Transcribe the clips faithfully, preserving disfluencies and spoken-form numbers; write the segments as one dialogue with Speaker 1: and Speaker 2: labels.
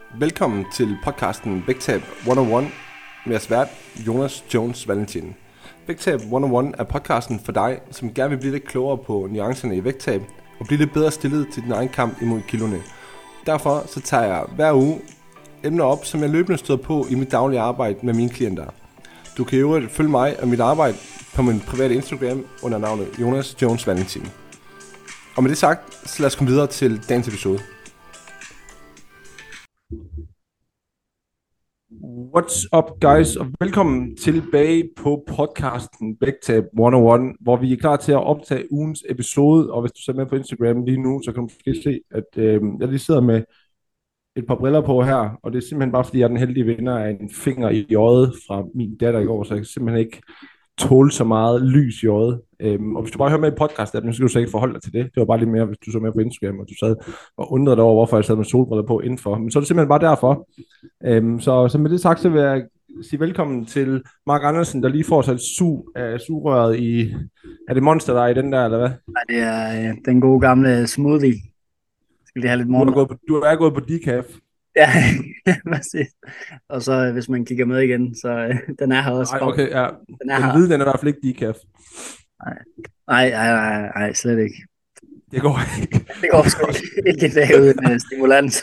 Speaker 1: Velkommen til podcasten Vægtab et nul et med jeres vært Jonas Jones Valentin. Vægtab et nul et er podcasten for dig, som gerne vil blive lidt klogere på nuancerne i vægttab og blive lidt bedre stillet til din egen kamp imod kiloene. Derfor så tager jeg hver uge emner op, som jeg løbende støder på i mit daglige arbejde med mine klienter. Du kan jo følge mig og mit arbejde på min private Instagram under navnet Jonas Jones Valentin. Og med det sagt, så lad os komme videre til dagens episode. What's up, guys, og velkommen tilbage på podcasten Vægtab et nul et, hvor vi er klar til at optage ugens episode. Og hvis du ser med på Instagram lige nu, så kan du måske se, at øh, jeg lige sidder med et par briller på her, og det er simpelthen bare fordi, jeg er den heldige vinder af en finger i øjet fra min datter i går, så jeg kan simpelthen ikke tåle så meget lys i øjet. Øhm, og hvis du bare hører med i podcast, så kan du så ikke forholde dig til det. Det var bare lidt mere, hvis du så med på Instagram, og du sad og undrede dig over, hvorfor jeg sad med solbriller på indenfor. Men så er det simpelthen bare derfor. Øhm, så, så med det sagt, så vil jeg sige velkommen til Mark Andersen, der lige får sig et sug af sugerøret i... Er det Monster, der er i den der, eller hvad?
Speaker 2: Nej, det er øh, den gode gamle smoothie. Skal lige have lidt
Speaker 1: Du
Speaker 2: morgen.
Speaker 1: er gået på, du er gået på decaf.
Speaker 2: Ja, præcis. Og så øh, hvis man kigger med igen, så øh, den er her også.
Speaker 1: Nej, okay, ja.
Speaker 2: Den er
Speaker 1: Den
Speaker 2: her.
Speaker 1: hvide, den er i hvert fald ikke decaf.
Speaker 2: Nej, nej, nej, nej, nej, slet ikke.
Speaker 1: Det går ikke.
Speaker 2: Det går sgu ikke, ikke i dag uden uh, stimulans.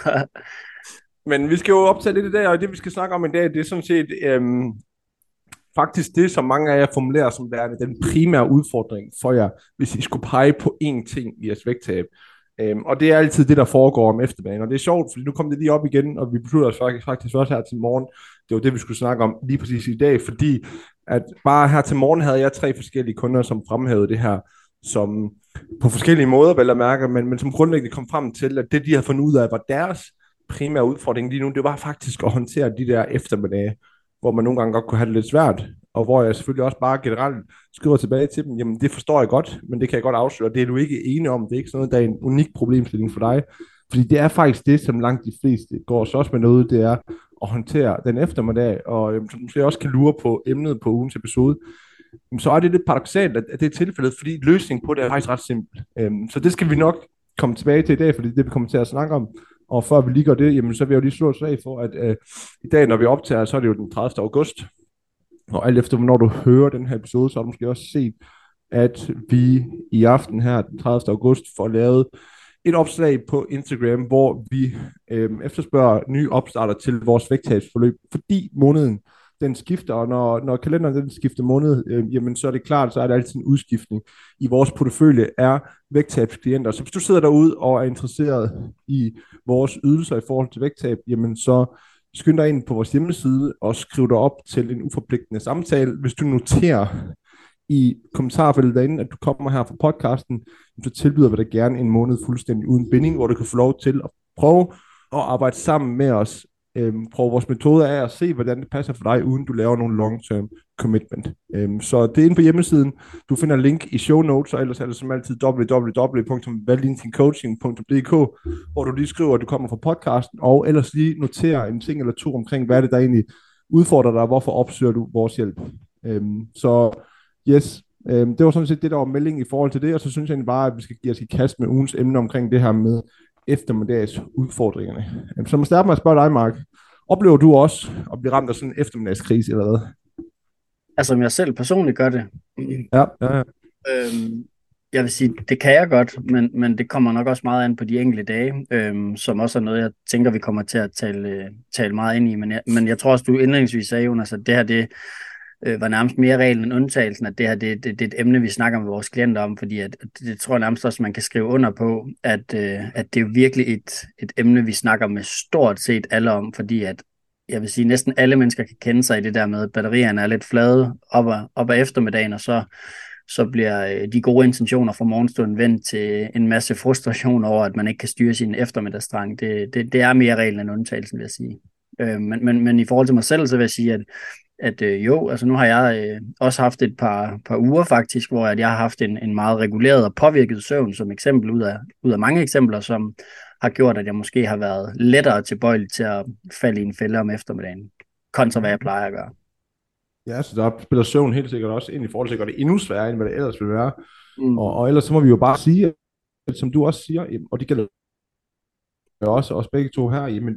Speaker 1: Men vi skal jo optage lidt i dag, og det vi skal snakke om i dag, det er sådan set øhm, faktisk det, som mange af jer formulerer som værende den primære udfordring for jer, hvis I skulle pege på én ting i jeres vægttab. Øhm, og det er altid det, der foregår om eftermiddagen. Og det er sjovt, fordi nu kom det lige op igen, og vi beslutter os faktisk, faktisk også her til morgen. Det var det, vi skulle snakke om lige præcis i dag, fordi at bare her til morgen havde jeg tre forskellige kunder, som fremhævede det her, som på forskellige måder, vel at mærke, men, men som grundlæggende kom frem til, at det, de havde fundet ud af, var deres primære udfordring lige nu, det var faktisk at håndtere de der eftermiddage, hvor man nogle gange godt kunne have det lidt svært, og hvor jeg selvfølgelig også bare generelt skriver tilbage til dem, jamen det forstår jeg godt, men det kan jeg godt afsløre, det er du ikke enig om, det er ikke sådan noget, der er en unik problemstilling for dig, fordi det er faktisk det, som langt de fleste går så også med noget, det er at håndtere den eftermiddag, og øhm, som måske også kan lure på emnet på ugens episode, så er det lidt paradoksalt, at det er tilfældet, fordi løsningen på det er faktisk ret simpel. Øhm, så det skal vi nok komme tilbage til i dag, fordi det er det, vi kommer til at snakke om. Og før vi lige gør det, jamen, så vil jeg jo lige slå et slag for, at øh, i dag, når vi optager, så er det jo den tredivte august. Og alt efter, når du hører den her episode, så har du måske også set, at vi i aften her, den tredivte august, får lavet et opslag på Instagram, hvor vi øh, efterspørger nye opstarter til vores vægttabsforløb, fordi måneden den skifter, og når, når kalenderen den skifter måned, øh, jamen så er det klart, så er der altid en udskiftning i vores portefølje af vægttabsklienter. Så hvis du sidder derude og er interesseret i vores ydelser i forhold til vægttab, jamen så skynd dig ind på vores hjemmeside og skriv dig op til en uforpligtende samtale. Hvis du noterer i kommentarfeltet derinde, at du kommer her fra podcasten, så tilbyder vi dig gerne en måned fuldstændig uden binding, hvor du kan få lov til at prøve at arbejde sammen med os. Øhm, prøv vores metode af at se, hvordan det passer for dig, uden du laver nogle long-term commitment. Øhm, så det er inde på hjemmesiden. Du finder link i show notes, og ellers er det som altid w w w punktum valentincoaching punktum d k, hvor du lige skriver, at du kommer fra podcasten, og ellers lige noterer en ting eller to omkring, hvad er det, der egentlig udfordrer dig, hvorfor opsøger du vores hjælp. Øhm, så yes, øhm, det var sådan set det, der var melding i forhold til det, og så synes jeg egentlig bare, at vi skal give os i kast med ugens emne omkring det her med eftermiddags udfordringerne. Så må starte med at spørge dig, Mark. Oplever du også at blive ramt af sådan en eftermiddagskrise eller hvad?
Speaker 2: Altså, som jeg selv personligt gør det.
Speaker 1: Ja, ja, ja.
Speaker 2: Øhm, jeg vil sige, det kan jeg godt, men, men det kommer nok også meget an på de enkelte dage, øhm, som også er noget, jeg tænker, vi kommer til at tale, tale meget ind i. Men jeg, men jeg tror også, du indledningsvis sagde, Jonas, at det her, det øh, var nærmest mere reglen end undtagelsen, at det her, det, det, det er et emne, vi snakker med vores klienter om, fordi at, at det tror jeg nærmest også, man kan skrive under på, at, øh, at det er virkelig et, et emne, vi snakker med stort set alle om, fordi at jeg vil sige, næsten alle mennesker kan kende sig i det der med, at batterierne er lidt flade op ad, op ad eftermiddagen, og så, så bliver de gode intentioner fra morgenstunden vendt til en masse frustration over, at man ikke kan styre sin eftermiddagsdrang. Det, det, det er mere reglen end undtagelsen, vil jeg sige. Øh, men, men, men i forhold til mig selv, så vil jeg sige, at, at øh, jo, altså nu har jeg øh, også haft et par, par uger faktisk, hvor at jeg har haft en, en meget reguleret og påvirket søvn, som eksempel ud af, ud af mange eksempler, som har gjort, at jeg måske har været lettere tilbøjelig til at falde i en fælde om eftermiddagen, kontra hvad jeg plejer at gøre.
Speaker 1: Ja, så der spiller søvn helt sikkert også ind i forhold til at gøre det endnu sværere, end hvad det ellers ville være.
Speaker 2: Mm.
Speaker 1: Og, og ellers så må vi jo bare sige, at, som du også siger, og det gælder også os begge to her, jamen,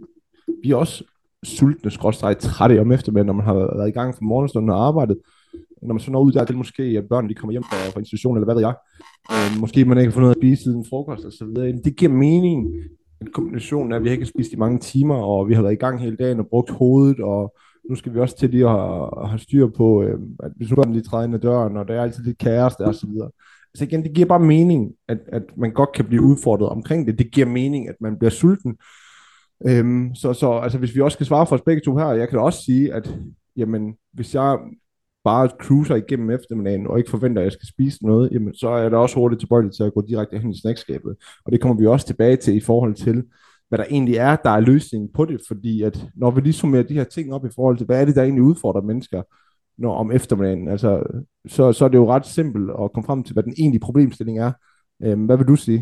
Speaker 1: vi er også sultne, skråstreg trætte om eftermiddagen, når man har været i gang for morgenstunden og arbejdet. Når man så når ud der til måske, at børn de kommer hjem fra, fra institutionen, eller hvad ved jeg. Øh, måske man ikke har fået noget at spise siden frokost og så videre. Det giver mening, en kombination af, at vi ikke har spist i mange timer, og vi har været i gang hele dagen og brugt hovedet, og nu skal vi også til lige at, at have styr på, øh, at hvis nu børn lige træder ind ad døren, og der er altid lidt kaos der og så videre. Så igen, det giver bare mening, at, at man godt kan blive udfordret omkring det. Det giver mening, at man bliver sulten. Øhm, så, så altså, hvis vi også skal svare for os begge to her, jeg kan da også sige, at jamen, hvis jeg bare cruiser igennem eftermiddagen, og ikke forventer, at jeg skal spise noget, jamen, så er jeg da også hurtigt tilbøjelig til at gå direkte hen i snackskabet. Og det kommer vi også tilbage til i forhold til, hvad der egentlig er, der er løsningen på det, fordi at når vi lige summerer de her ting op i forhold til, hvad er det, der egentlig udfordrer mennesker når, om eftermiddagen, altså, så, så er det jo ret simpelt at komme frem til, hvad den egentlige problemstilling er. Øhm, hvad vil du sige?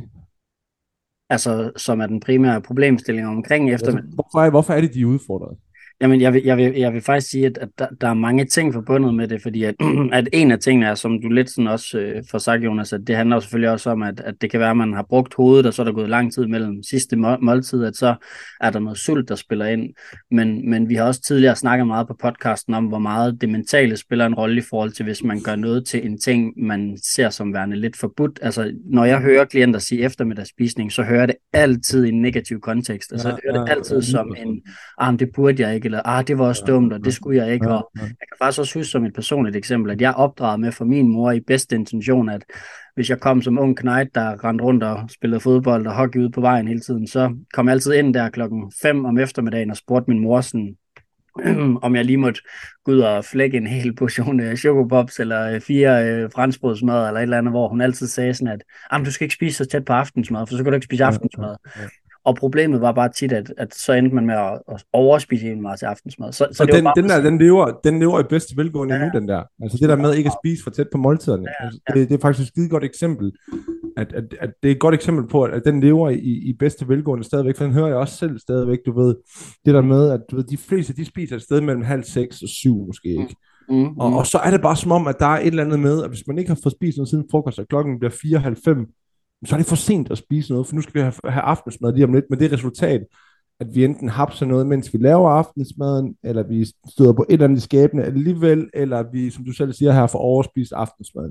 Speaker 2: Altså, som er den primære problemstilling omkring
Speaker 1: Altså,
Speaker 2: eftermiddag.
Speaker 1: hvorfor, er, hvorfor er det, de er udfordret?
Speaker 2: Jamen, jeg vil, jeg vil, jeg vil faktisk sige, at, at der, der er mange ting forbundet med det, fordi at, at en af tingene er, som du lidt sådan også øh, får sagt, Jonas, at det handler jo selvfølgelig også om, at, at det kan være, at man har brugt hovedet, og så er der gået lang tid mellem sidste må- måltid, at så er der noget sult, der spiller ind. Men, men vi har også tidligere snakket meget på podcasten om, hvor meget det mentale spiller en rolle i forhold til, hvis man gør noget til en ting, man ser som værende lidt forbudt. Altså, når jeg hører klienter sige eftermiddagsspisning, så hører jeg det altid i en negativ kontekst. Altså, jeg hører det altid som en, ah, det burde jeg ikke, eller ah, det var også dumt, og det skulle jeg ikke. Og jeg kan faktisk også huske som et personligt eksempel, at jeg opdragede med fra min mor i bedste intention, at hvis jeg kom som ung knægt, der rendte rundt og spillede fodbold og hockey ude på vejen hele tiden, så kom jeg altid ind der klokken fem om eftermiddagen og spurgte min mor sådan, om jeg lige måtte gå ud og flække en hel portion øh, chokopops eller fire øh, franskbrødsmad eller et eller andet, hvor hun altid sagde sådan, at du skal ikke spise så tæt på aftensmad, for så kan du ikke spise aftensmad. Og problemet var bare tit, at, at så endte man med at, at overspise en meget til aftensmad. Så, så
Speaker 1: og
Speaker 2: det
Speaker 1: den,
Speaker 2: var bare
Speaker 1: den, der, den, lever, den lever i bedste velgående
Speaker 2: ja,
Speaker 1: nu, den der. Altså det der med ikke at spise for tæt på måltiderne.
Speaker 2: ja,
Speaker 1: Altså,
Speaker 2: ja.
Speaker 1: det, det er faktisk et skide godt eksempel. At, at, at det er et godt eksempel på, at, at den lever i, i bedste velgående stadigvæk. For den hører jeg også selv stadigvæk, du ved. Det der med, at du ved, de fleste, de spiser et sted mellem halv seks og syv måske ikke.
Speaker 2: Mm, mm,
Speaker 1: og, og så er det bare som om, at der er et eller andet med, at hvis man ikke har fået spist noget siden frokost, og klokken bliver fire halvfems, så er det for sent at spise noget, for nu skal vi have, have aftensmad lige om lidt, med det resultat, at vi enten hapser noget, mens vi laver aftensmaden, eller vi støder på et eller andet skæbne alligevel, eller vi, som du selv siger her, får overspist aftensmaden.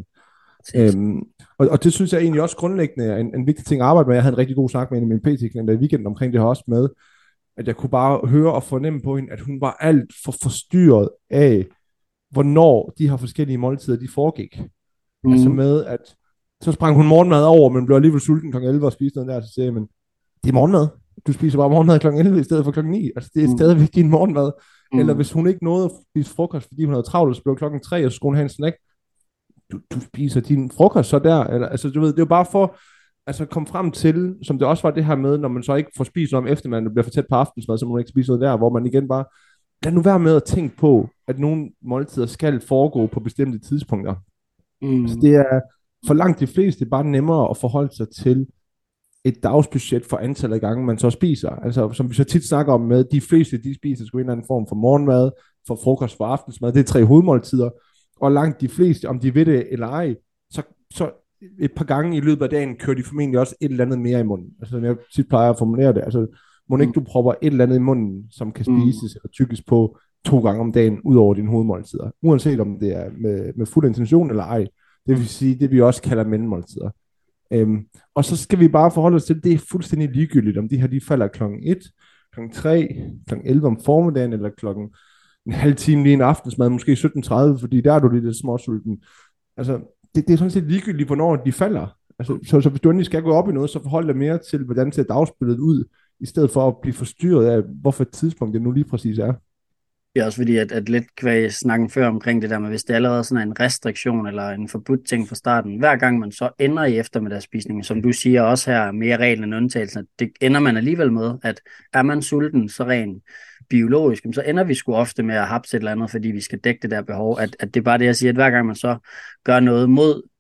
Speaker 1: Øhm, og, og det synes jeg egentlig også grundlæggende er en, en vigtig ting at arbejde med. Jeg havde en rigtig god snak med en af mine P T-klienter i weekenden omkring det her også med, at jeg kunne bare høre og fornemme på hende, at hun var alt for forstyrret af, hvornår de her forskellige måltider, de foregik. Mm. Altså med, at så sprang hun morgenmad over, men blev alligevel sulten klokken elleve og spiste noget der, så sagde jeg, men det er morgenmad. Du spiser bare morgenmad klokken elleve i stedet for klokken ni. Altså det er stadigvæk din morgenmad. Mm. Eller hvis hun ikke nåede at spise frokost, fordi hun havde travlt, så blev klokken tre, og så skulle hun have en snack. Du, du spiser din frokost så der. Eller, altså du ved, det er jo bare for altså at komme frem til, som det også var det her med, når man så ikke får spist noget om eftermiddagen, og bliver for tæt på aftensmad, så må man ikke spise noget der, hvor man igen bare, lad nu være med at tænke på, at nogle måltider skal foregå på bestemte tidspunkter. Mm. Så det er for langt de fleste bare nemmere at forholde sig til et dagsbudget for antallet af gange, man så spiser. Altså, som vi så tit snakker om med, de fleste, de spiser sgu en eller anden form for morgenmad, for frokost, for aftensmad. Det er tre hovedmåltider. Og langt de fleste, om de ved det eller ej, så, så et par gange i løbet af dagen, kører de formentlig også et eller andet mere i munden. Altså, som jeg tit plejer at formulere det. Altså, må ikke du propper et eller andet i munden, som kan spises mm. eller tykkes på to gange om dagen, ud over dine hovedmåltider. Uanset om det er med, med fuld intention eller ej. Det vil sige, det vi også kalder mellemmåltider. Øhm, og så skal vi bare forholde os til, det er fuldstændig ligegyldigt, om de her de falder klokken et, klokken tre, klokken elleve om formiddagen, eller klokken en halv time lige en aftensmad, måske sytten tredive, fordi der er du lidt småsulten. Altså, det, det er sådan set ligegyldigt, hvornår de falder. Altså, så, så hvis du endelig skal gå op i noget, så forhold dig mere til, hvordan ser dagsbilledet ud, i stedet for at blive forstyrret af, hvorfor tidspunkt det nu lige præcis er.
Speaker 2: Det er også fordi, at, at lidt kvæg snakken før omkring det der med, hvis det allerede er sådan en restriktion eller en forbudt ting fra starten, hver gang man så ender i eftermiddagsspisningen, som du siger også her, mere reglen end undtagelsen, det ender man alligevel med, at er man sulten så rent biologisk, så ender vi sgu ofte med at hapse et eller andet, fordi vi skal dække det der behov, at, at det er bare det, jeg siger, at hver gang man så gør noget mod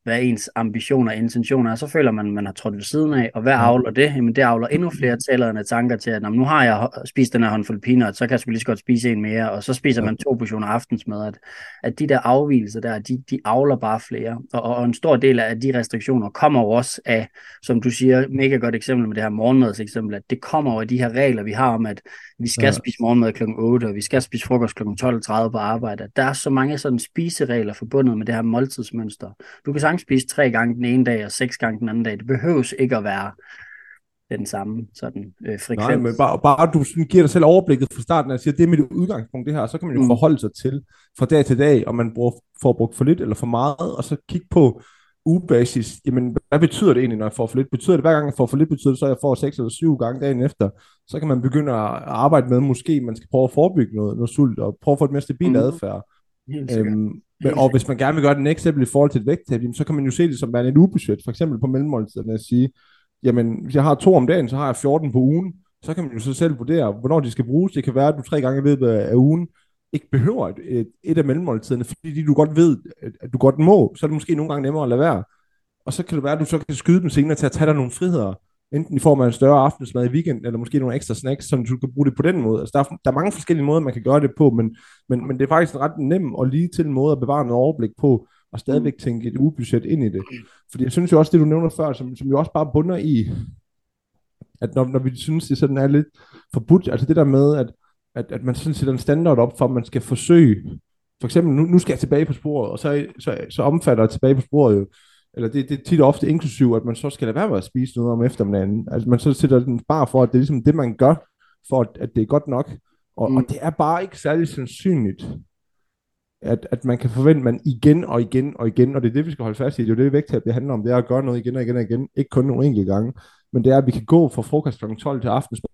Speaker 2: hvad ens ambitioner og intentioner er, så føler man, man har trådt ved siden af, og hvad
Speaker 1: Ja.
Speaker 2: avler det? Jamen det avler endnu flere tilladende tanker til, at "Nå, men nu har jeg ho- spist den her håndfuld peanuts, så kan jeg sgu lige så godt spise en mere, og så spiser
Speaker 1: Ja.
Speaker 2: man to portioner aftensmad, at, at de der afvigelser der, de, de avler bare flere, og, og, og en stor del af de restriktioner kommer jo også af, som du siger, mega godt eksempel med det her morgenmads eksempel, at det kommer over af de her regler, vi har om, at vi skal
Speaker 1: Ja.
Speaker 2: spise morgenmad klokken otte, og vi skal spise frokost klokken tolv tredive på arbejde. At der er så mange sådan spiseregler forbundet med det her måltidsmønster. Du kan sagtens spise tre gange den ene dag og seks gange den anden dag. Det behøves ikke at være den samme sådan øh, frekvens.
Speaker 1: Nej, men bare, bare du sådan giver dig selv overblikket fra starten og siger, det er mit udgangspunkt, det her, så kan man jo
Speaker 2: Mm.
Speaker 1: forholde sig til fra dag til dag, om man bruger, får brugt for lidt eller for meget, og så kigge på ugebasis, jamen hvad betyder det egentlig, når jeg får for lidt? Betyder det, hver gang jeg får for lidt, betyder det så, at jeg får seks eller syv gange dagen efter? Så kan man begynde at arbejde med, måske man skal prøve at forebygge noget, noget sult, og prøve at få et mere stabil
Speaker 2: Mm.
Speaker 1: adfærd.
Speaker 2: Helt sikkert.
Speaker 1: Øhm, men,
Speaker 2: Helt
Speaker 1: og hvis man gerne vil gøre det next step i forhold til et vægttab, jamen, så kan man jo se det som værende et ugebudget, for eksempel på mellemmåltiderne at sige, jamen hvis jeg har to om dagen, så har jeg fjorten på ugen, så kan man jo så selv vurdere, hvornår de skal bruges. Det kan være, at du tre gange i løbet af ugen ikke behøver et, et, et af mellemmåltiderne, fordi du godt ved, at du godt må, så er det måske nogle gange nemmere at lade være. Og så kan det være, at du så kan skyde dem senere til at tage dig nogle friheder, enten i form af en større aftensmad i weekenden, eller måske nogle ekstra snacks, så du kan bruge det på den måde. Altså, der, er, der er mange forskellige måder, man kan gøre det på, men, men, men det er faktisk en ret nem og lige til en måde at bevare noget overblik på, og stadigvæk tænke et ugebudget ind i det. Fordi jeg synes jo også, det du nævner før, som, som jo også bare bunder i, at når, når vi synes, det sådan er lidt forbudt, altså det der med, at, at, at man sådan sætter en standard op for, at man skal forsøge, for eksempel, nu, nu skal jeg tilbage på sporet, og så, så, så omfatter tilbage på sporet jo, eller det, det er tit og ofte inklusiv, at man så skal lade være med at spise noget om eftermiddagen. Altså man så sætter den bare for, at det er ligesom det, man gør, for at, at det er godt nok. Og, mm. og det er bare ikke særlig sandsynligt, at, at man kan forvente, at man igen og igen og igen, og det er det, vi skal holde fast i, det er jo det, vægttab det handler om, det er at gøre noget igen og igen og igen, ikke kun nogle enkelte gange, men det er, at vi kan gå fra frokost klokken tolv til aftensmad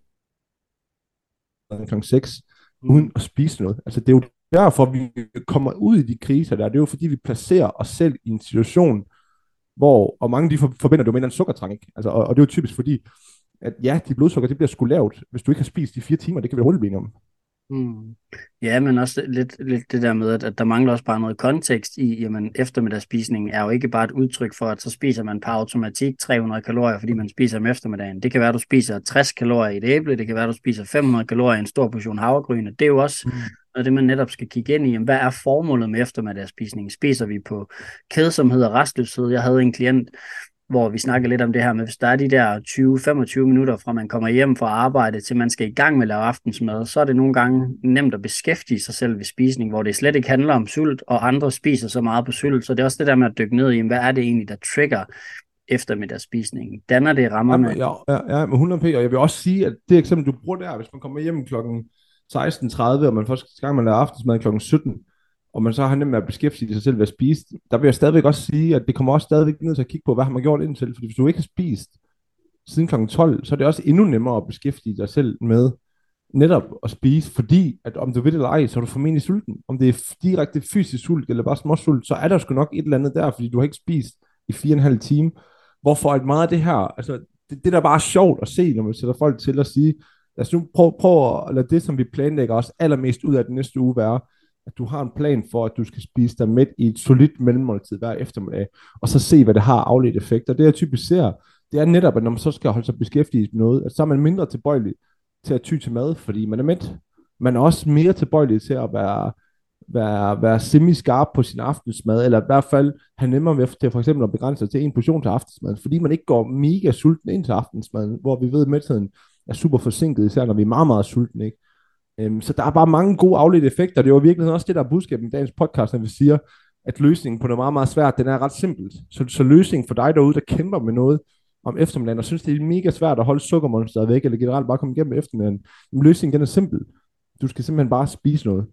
Speaker 1: klokken seks, mm. uden at spise noget. Altså det er jo derfor, vi kommer ud i de kriser der, det er jo fordi, vi placerer os selv i en situation, hvor, og mange de forbinder det jo med en sukkertrang, ikke? Altså, og, og det er jo typisk fordi, at ja, de blodsukker, det bliver sgu lavt, hvis du ikke har spist de fire timer, det kan vi hurtigt blive om.
Speaker 2: Mm. Ja, men også lidt, lidt det der med, at, at der mangler også bare noget kontekst i, jamen eftermiddagsspisningen er jo ikke bare et udtryk for, at så spiser man per automatik tre hundrede kalorier, fordi man spiser om eftermiddagen. Det kan være, at du spiser tres kalorier i et æble, det kan være, at du spiser fem hundrede kalorier i en stor portion havregryn, det er jo også mm. noget det, man netop skal kigge ind i. Jamen, hvad er formålet med eftermiddagsspisningen? Spiser vi på kedsomhed og restløshed? Jeg havde en klient, hvor vi snakker lidt om det her med, hvis der er de der tyve til femogtyve minutter fra man kommer hjem fra arbejde til man skal i gang med at lave aftensmad, så er det nogle gange nemt at beskæftige sig selv ved spisning, hvor det slet ikke handler om sult, og andre spiser så meget på sult. Så det er også det der med at dykke ned i, hvad er det egentlig, der trigger eftermiddagsspisningen? Danner det rammerne?
Speaker 1: Ja, ja, ja, med hundrede p, og jeg vil også sige, at det eksempel, du bruger der, hvis man kommer hjem klokken seksten tredive, og man først skal i gang med at lave aftensmad klokken sytten, og man så har nemt med at beskæftige sig selv ved at spise, der vil jeg stadigvæk også sige, at det kommer også stadigvæk ned til at kigge på, hvad har man gjort indtil, fordi hvis du ikke har spist siden klokken tolv, så er det også endnu nemmere at beskæftige dig selv med netop at spise, fordi at om du ved det eller ej, så er du formentlig sulten. Om det er direkte fysisk sult, eller bare småsult, så er der sgu nok et eller andet der, fordi du har ikke spist i fire og en halv time. Hvorfor at meget af det her, altså det, det der bare er sjovt at se, når man sætter folk til at sige, lad os nu prøve, prøve at lade det, som vi planlægger os allermest ud af den næste uge være, at du har en plan for, at du skal spise dig mæt i et solidt mellemmåltid hver eftermiddag, og så se, hvad det har afledt effekter. Det jeg typisk ser, det er netop, at når man så skal holde sig beskæftiget med noget, at så er man mindre tilbøjelig til at ty til mad, fordi man er mæt. Man er også mere tilbøjelig til at være, være, være semi-skarp på sin aftensmad, eller i hvert fald have nemmere ved til for eksempel at begrænse sig til en portion til aftensmad, fordi man ikke går mega sulten ind til aftensmaden, hvor vi ved, at mætheden er super forsinket, især når vi er meget, meget sultne, ikke? Um, så der er bare mange gode afledte effekter. Det er jo i virkeligheden også det, der er budskabet med dagens podcast, når vi siger, at løsningen på noget meget, meget svært, den er ret simpelt. Så, så løsningen for dig derude, der kæmper med noget om eftermiddagen, og synes, det er mega svært at holde sukkermonsteret væk, eller generelt bare komme igennem eftermiddagen. Men løsningen, den er simpel. Du skal simpelthen bare spise noget.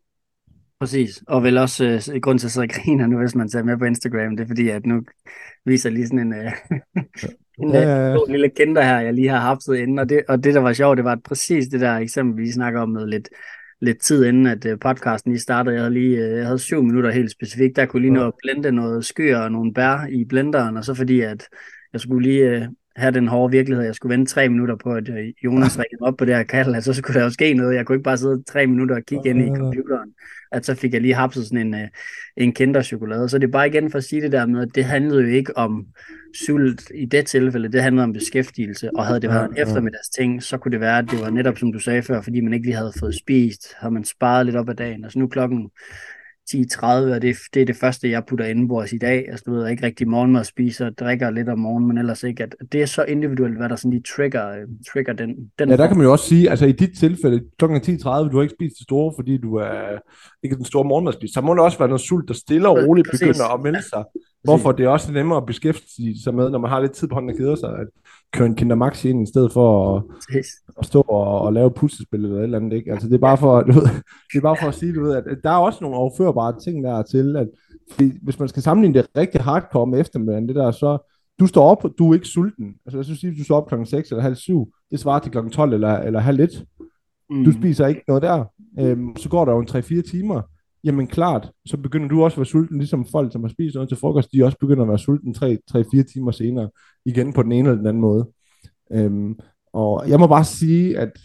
Speaker 2: Præcis, og vel også øh, grund til at sidde og griner nu, hvis man ser med på Instagram, det er fordi, at nu viser lige sådan en, øh, en ja, ja, ja. en lille kinder her, jeg lige har hapset inden, og det, og det, der var sjovt, det var præcis det der eksempel, vi snakker om med lidt, lidt tid inden, at øh, podcasten lige startede. Jeg havde lige øh, jeg havde syv minutter helt specifikt, der kunne lige nå at blende noget skyr og nogle bær i blenderen, og så fordi, at jeg skulle lige øh, have den hårde virkelighed. Jeg skulle vente tre minutter på, at øh, Jonas ringede op på det her kald, altså, så skulle der jo ske noget. Jeg kunne ikke bare sidde tre minutter og kigge ind i computeren. At så fik jeg lige hapset sådan en, øh, en kinderchokolade. Så det er bare igen for at sige det der med, at det handlede jo ikke om sult i det tilfælde, det handlede om beskæftigelse, og havde det været en eftermiddags ting, så kunne det være, at det var netop, som du sagde før, fordi man ikke lige havde fået spist, havde man sparet lidt op ad dagen. Altså nu klokken ti tredive, og det, det er det første, jeg putter indenbords i dag. Altså, du ved, jeg ikke rigtig morgenmad spiser, drikker lidt om morgenen, men ellers ikke. At det er så individuelt, hvad der sådan lige trigger, uh, trigger den, den
Speaker 1: Ja, der
Speaker 2: form.
Speaker 1: kan man jo også sige, altså i dit tilfælde, klokken ti tredive, du har ikke spist det store, fordi du er ikke den store morgenmadspis. Så må det også være noget sult, der stille og roligt
Speaker 2: Præcis.
Speaker 1: begynder at melde sig. Hvorfor det er også nemmere at beskæftige sig med, når man har lidt tid på hånden og keder sig, at køre en Kinder Maxi ind, i stedet for at, at stå og, og lave puslespil eller et eller andet, ikke? Altså det er bare for, du ved, det er bare for at sige, du ved, at der er også nogle overførbare ting der til, at hvis man skal sammenligne det rigtig hardcore med eftermiddagen, det der, så du står op, du er ikke sulten. Altså jeg synes sige, du står op klokken seks eller halv syv, det svarer til klokken tolv eller, eller halv et. Mm. Du spiser ikke noget der. Øhm, så går der jo en tre fire timer. Jamen klart, så begynder du også at være sulten, ligesom folk, som har spist noget til frokost, de også begynder at være sulten tre fire timer senere, igen på den ene eller den anden måde. Øhm, og jeg må bare sige, at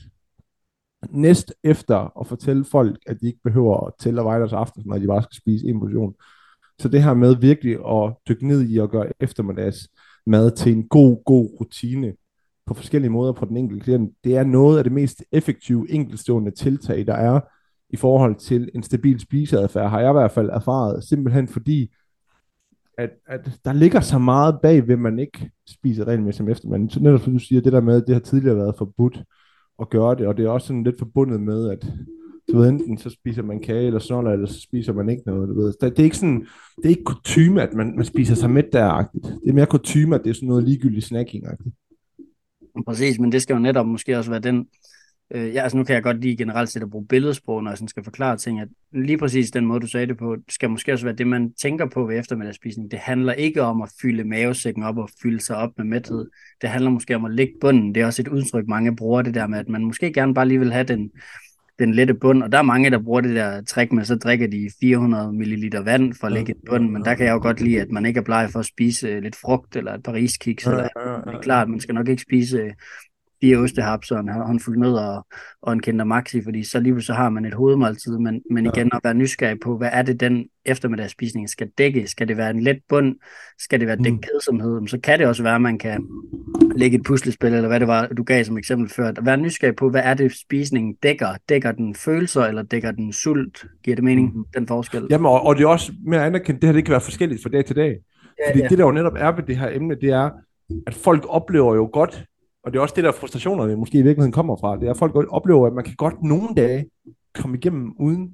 Speaker 1: næst efter at fortælle folk, at de ikke behøver at tælle og veje deres aftensmad, at de bare skal spise en portion. Så det her med virkelig at dykke ned i at gøre eftermiddags mad til en god, god rutine på forskellige måder på den enkelte klient, det er noget af det mest effektive, enkeltstående tiltag, der er i forhold til en stabil spiseadfærd, har jeg i hvert fald erfaret, simpelthen fordi, at, at der ligger så meget bag, ved man ikke spiser regelmæssigt som eftermiddag. Så netop som du siger, det der med, at det har tidligere været forbudt at gøre det, og det er også sådan lidt forbundet med, at du ved, enten så spiser man kage eller snoller, eller så spiser man ikke noget, du ved. Det er ikke sådan, det er ikke kutyme, at man, man spiser sig mæt der-agtigt. Det er mere kutyme, at det er sådan noget ligegyldigt snacking-agtigt.
Speaker 2: Præcis, men det skal jo netop måske også være den, øh, ja, altså nu kan jeg godt lige generelt set at bruge billedsprog, når jeg sådan skal forklare ting, at lige præcis den måde, du sagde det på, skal måske også være det, man tænker på ved eftermiddagsspisning. Det handler ikke om at fylde mavesækken op og fylde sig op med mæthed. Det handler måske om at lægge bunden. Det er også et udtryk, mange bruger det der med, at man måske gerne bare lige vil have den, den lette bund, og der er mange, der bruger det der trick med, så drikker de fire hundrede milliliter vand for at lægge et bund, men der kan jeg jo godt lide, at man ikke er bleg for at spise lidt frugt, eller et pariskiks, eller det er klart, man skal nok ikke spise fire ostehaps og en håndfuld nødder og, og en Kinder Maxi, fordi så lige så har man et hovedmåltid, men, men igen at være nysgerrig på, hvad er det, den eftermiddagsspisning skal dække? Skal det være en let bund? Skal det være dække kedsomhed? Så kan det også være, at man kan lægge et puslespil, eller hvad det var, du gav som eksempel før. At være nysgerrig på, hvad er det, spisningen dækker? Dækker den følelser, eller dækker den sult? Giver det mening, mm. den forskel?
Speaker 1: Jamen, og, og det er også mere anerkendt, det her det kan være forskelligt fra dag til dag. Ja, fordi ja. Det, der jo netop er ved det her emne, det er, at folk oplever jo godt, og det er også det, der frustrationerne måske i virkeligheden kommer fra, det er, at folk oplever, at man kan godt nogle dage komme igennem uden.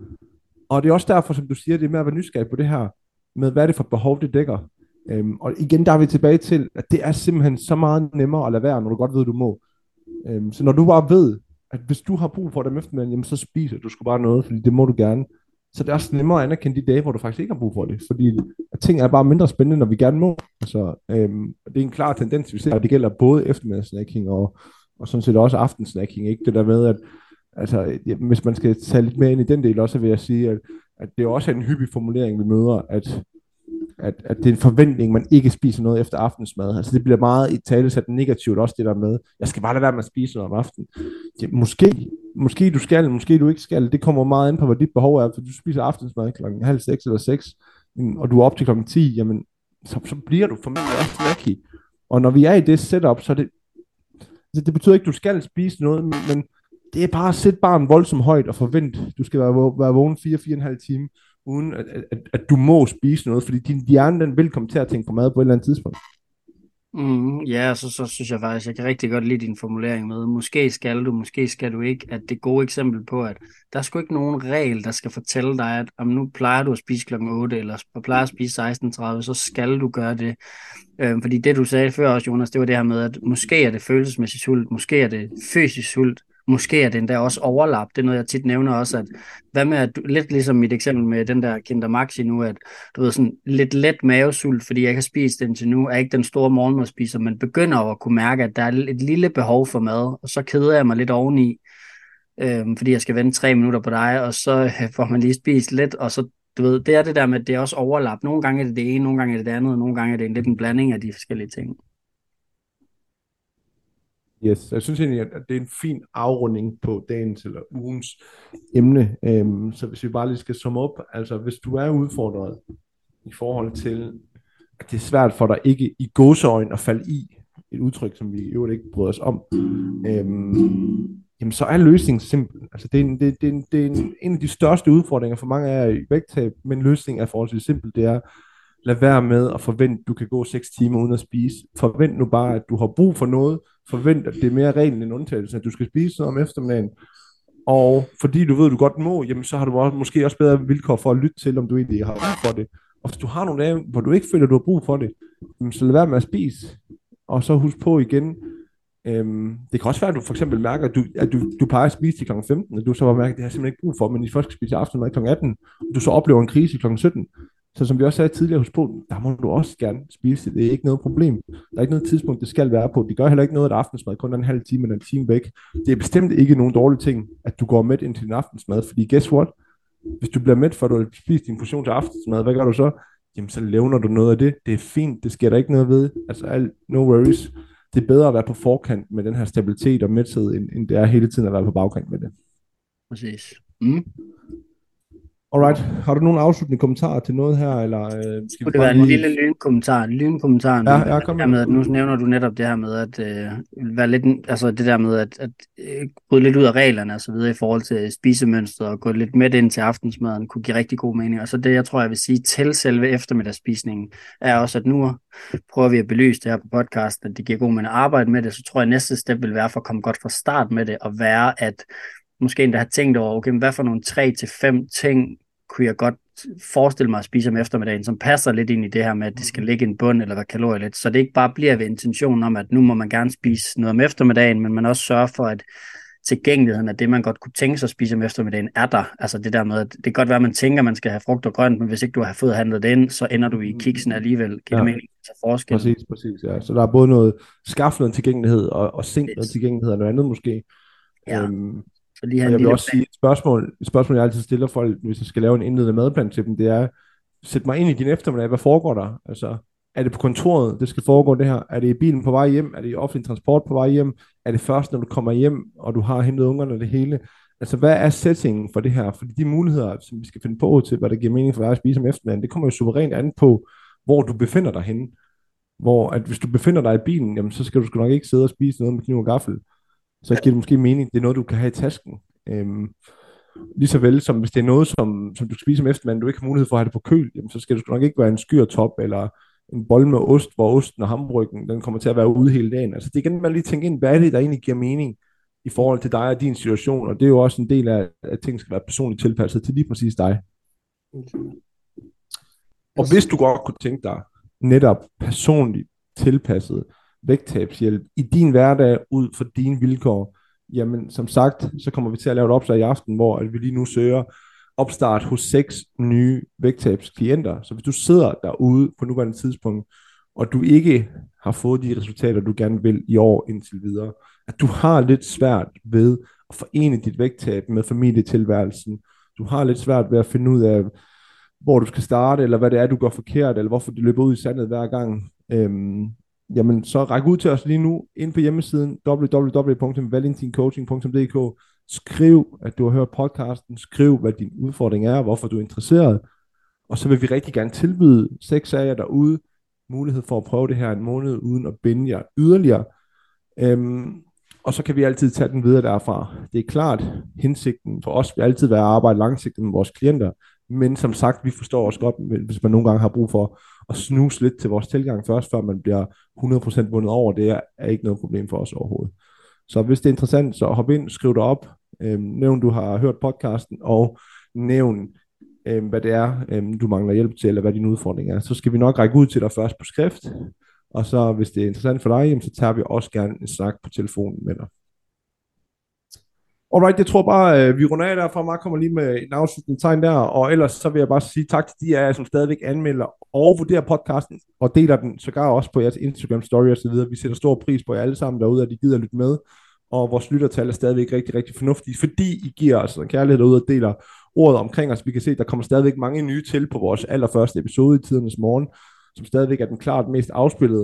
Speaker 1: Og det er også derfor, som du siger, det er med at være nysgerrig på det her, med hvad er det for behov, det dækker. Øhm, og igen, der er vi tilbage til, at det er simpelthen så meget nemmere at lade være, når du godt ved, du må. Øhm, så når du bare ved, at hvis du har brug for det om eftermiddagen, jamen så spiser du sgu bare noget, fordi det må du gerne. Så det er også nemmere at anerkende de dage, hvor du faktisk ikke har brug for det, fordi ting er bare mindre spændende, når vi gerne må. Altså, øhm, det er en klar tendens, vi ser, og det gælder både eftermiddagssnacking og, og sådan set også aftensnacking, ikke? Det der med, at altså, hvis man skal tage lidt mere ind i den del også, vil jeg sige, at, at det er også en hyppig formulering, vi møder, at At, at det er en forventning, man ikke spiser noget efter aftensmad. Altså det bliver meget i tale sat negativt også det der med, jeg skal bare lade være med at spise noget om aftenen. Det, måske, måske du skal, måske du ikke skal. Det kommer meget an på, hvad dit behov er. For du spiser aftensmad klokken halv seks eller seks, og du er op til klokken ti, jamen så, så bliver du formentlig også snacky. Og når vi er i det setup, så er det, altså, det betyder ikke, at du skal spise noget, men, men det er bare at sætte barn voldsomt højt og forvente, du skal være, være vågen fire til fire og en halv time, uden at, at, at du må spise noget, fordi din hjerne, den vil komme til at tænke på mad på et eller andet tidspunkt.
Speaker 2: Mm, ja, så, så synes jeg faktisk, jeg kan rigtig godt lide din formulering med, måske skal du, måske skal du ikke, at det er gode eksempel på, at der er sgu ikke nogen regel, der skal fortælle dig, at om nu plejer du at spise klokken otte, eller plejer at spise seksten tredive, så skal du gøre det. Øh, fordi det, du sagde før også, Jonas, det var det her med, at måske er det følelsesmæssigt sult, måske er det fysisk sult, måske er det endda også overlap. Det er noget, jeg tit nævner også, at hvad med, at du, lidt ligesom mit eksempel med den der Kinder Maxi nu, at du ved sådan lidt let mavesult, fordi jeg ikke har spist den til nu, er ikke den store morgenmadspiser, men begynder at kunne mærke, at der er et lille behov for mad, og så keder jeg mig lidt oveni, øhm, fordi jeg skal vente tre minutter på dig, og så øh, får man lige spist lidt, og så du ved, det er det der med, at det er også overlap. Nogle gange er det det ene, nogle gange er det det andet, og nogle gange er det en lidt en blanding af de forskellige ting.
Speaker 1: Yes, jeg synes egentlig, at det er en fin afrunding på dagens eller ugens emne. Øhm, så hvis vi bare lige skal summe op, altså hvis du er udfordret i forhold til, at det er svært for dig ikke i gåseøjne at falde i, et udtryk, som vi i øvrigt ikke bryder os om, øhm, jamen så er løsningen simpel. Altså det er, en, det, det, er en, det er en, en af de største udfordringer for mange af jer i vægttab, men løsningen er forholdsvis simpel. Det er, lad være med at forvente, at du kan gå seks timer uden at spise. Forvent nu bare, at du har brug for noget. Forvent, at det er mere reglen end undtagelsen, at du skal spise noget om eftermiddagen. Og fordi du ved, at du godt må, jamen så har du også, måske også bedre vilkår for at lytte til, om du egentlig har brug for det. Og hvis du har nogle dage, hvor du ikke føler, at du har brug for det, jamen så lad være med at spise. Og så husk på igen, øhm, det kan også være, at du for eksempel mærker, at du, at du, du plejer at spise til klokken femten, og du så var mærket, at det har jeg simpelthen ikke brug for, men I først skal spise aftenmad klokken atten, og du så oplever en krise klokken sytten. Så som vi også sagde tidligere hos på, der må du også gerne spise. Det er ikke noget problem. Der er ikke noget tidspunkt, det skal være på. Det gør heller ikke noget, at aftensmad kun er en halv time eller en time væk. Det er bestemt ikke nogen dårlig ting, at du går med ind til din aftensmad. Fordi guess what? Hvis du bliver mæt, for at du har spist din portion til aftensmad, hvad gør du så? Jamen så levner du noget af det. Det er fint. Det sker der ikke noget ved. Altså all, no worries. Det er bedre at være på forkant med den her stabilitet og mæthed, end, end det er hele tiden at være på bagkant med det.
Speaker 2: Præcis. Mm.
Speaker 1: Alright, har du nogle afsluttende kommentarer til noget her, eller øh, skal
Speaker 2: Skulle det være en lille lynkommentar, en lynkommentar,
Speaker 1: ja, ja, kom
Speaker 2: med, at nu nævner du netop det her med at øh, være lidt, altså det der med at, at øh, bryde lidt ud af reglerne og så videre i forhold til spisemønstret og gå lidt med ind til aftensmaden kunne give rigtig god mening. Og så det, jeg tror, jeg vil sige til selve eftermiddagsspisningen, er også, at nu prøver vi at belyse det her på podcasten, at det giver god mening at arbejde med det, så tror jeg, at næste step vil være for at komme godt fra start med det, og være at måske endda have tænkt over, okay, hvad for nogle tre til fem ting kunne jeg godt forestille mig at spise om eftermiddagen, som passer lidt ind i det her med, at det skal ligge en bund eller være kalorielet, så det ikke bare bliver ved intentionen om, at nu må man gerne spise noget om eftermiddagen, men man også sørger for, at tilgængeligheden af det, man godt kunne tænke sig at spise om eftermiddagen, er der. Altså det der med, at det kan godt være, at man tænker, at man skal have frugt og grønt, men hvis ikke du har fået handlet det ind, så ender du i kiksen alligevel. Giver
Speaker 1: ja.
Speaker 2: det mening til forskel?
Speaker 1: Præcis, præcis, ja. Så der er både noget skaff noget tilgængelighed, og, og sænk noget tilgængelighed og noget andet måske.
Speaker 2: Ja.
Speaker 1: Øhm,
Speaker 2: Så lige
Speaker 1: og jeg vil også sige, et spørgsmål, et spørgsmål, jeg altid stiller folk, hvis jeg skal lave en indledende madplan til dem, det er, sæt mig ind i din eftermiddag, hvad foregår der? Altså, er det på kontoret, det skal foregå det her? Er det i bilen på vej hjem? Er det i offentlig transport på vej hjem? Er det først, når du kommer hjem, og du har hentet ungerne og det hele? Altså, hvad er settingen for det her? Fordi de muligheder, som vi skal finde på til, hvad der giver mening for dig at spise om eftermiddagen, det kommer jo suverænt an på, hvor du befinder dig henne. Hvor at hvis du befinder dig i bilen, jamen, så skal du sgu nok ikke sidde og spise noget med kniv og gaffel. Så giver det måske mening, det er noget, du kan have i tasken. Øhm, lige så vel som hvis det er noget, som, som du skal spise om eftermiddagen, du ikke har mulighed for at have det på køl, jamen, så skal det sgu nok ikke være en skyrtop eller en bolle med ost, hvor osten og hamburgen, den kommer til at være ude hele dagen. Altså det er igen, man lige tænke ind, hvad er det, der egentlig giver mening i forhold til dig og din situation, og det er jo også en del af, at ting skal være personligt tilpasset til lige præcis dig. Og hvis du godt kunne tænke dig netop personligt tilpasset vægttabshjælp i din hverdag ud for dine vilkår, jamen som sagt, så kommer vi til at lave et opslag i aften, hvor at vi lige nu søger opstart hos seks nye vægttabsklienter. Så hvis du sidder derude på nuværende tidspunkt, og du ikke har fået de resultater, du gerne vil i år indtil videre, at du har lidt svært ved at forene dit vægttab med familietilværelsen, du har lidt svært ved at finde ud af, hvor du skal starte, eller hvad det er, du gør forkert, eller hvorfor du løber ud i sandet hver gang, øhm, jamen så ræk ud til os lige nu ind på hjemmesiden w w w punktum valentincoaching punktum d k. Skriv, at du har hørt podcasten, skriv, hvad din udfordring er, hvorfor du er interesseret, og så vil vi rigtig gerne tilbyde seks af jer derude mulighed for at prøve det her en måned, uden at binde jer yderligere, øhm, og så kan vi altid tage den videre derfra. Det er klart, hensigten for os vil altid være at arbejde langsigtet med vores klienter, men som sagt, vi forstår også godt, hvis man nogle gange har brug for at snuse lidt til vores tilgang først, før man bliver hundrede procent vundet over, det er, er ikke noget problem for os overhovedet. Så hvis det er interessant, så hop ind, skriv det op, øhm, nævn du har hørt podcasten, og nævn øhm, hvad det er, øhm, du mangler hjælp til, eller hvad din udfordring er. Så skal vi nok række ud til dig først på skrift, og så hvis det er interessant for dig, jamen, så tager vi også gerne en snak på telefonen med dig. Alright, jeg tror bare, øh, vi runder af derfra. Mark kommer lige med en afsluttende tegn der, og ellers så vil jeg bare sige tak til de af jer, som stadigvæk anmelder og vurderer podcasten, og deler den sågar også på jeres Instagram story og så videre. Vi sætter stor pris på jer alle sammen derude, at I gider lytte med, og vores lyttertal er stadigvæk rigtig, rigtig fornuftige, fordi I giver os en kærlighed derude og deler ordet omkring os. Vi kan se, at der kommer stadigvæk mange nye til på vores allerførste episode i tidernes morgen, som stadigvæk er den klart mest afspillede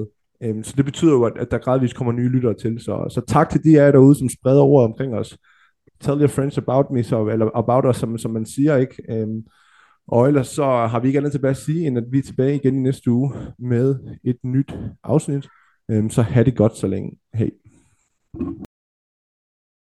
Speaker 1: Øhm, så det betyder jo, at, at der gradvist kommer nye lyttere til. Så, så tak til de af jer derude, som spreder ord omkring os. Tell your friends about me, så, eller about us, som, som man siger, ikke? Øhm, og ellers så har vi ikke andet tilbage at sige, end at vi er tilbage igen i næste uge med et nyt afsnit. Øhm, så have det godt så længe. Hej.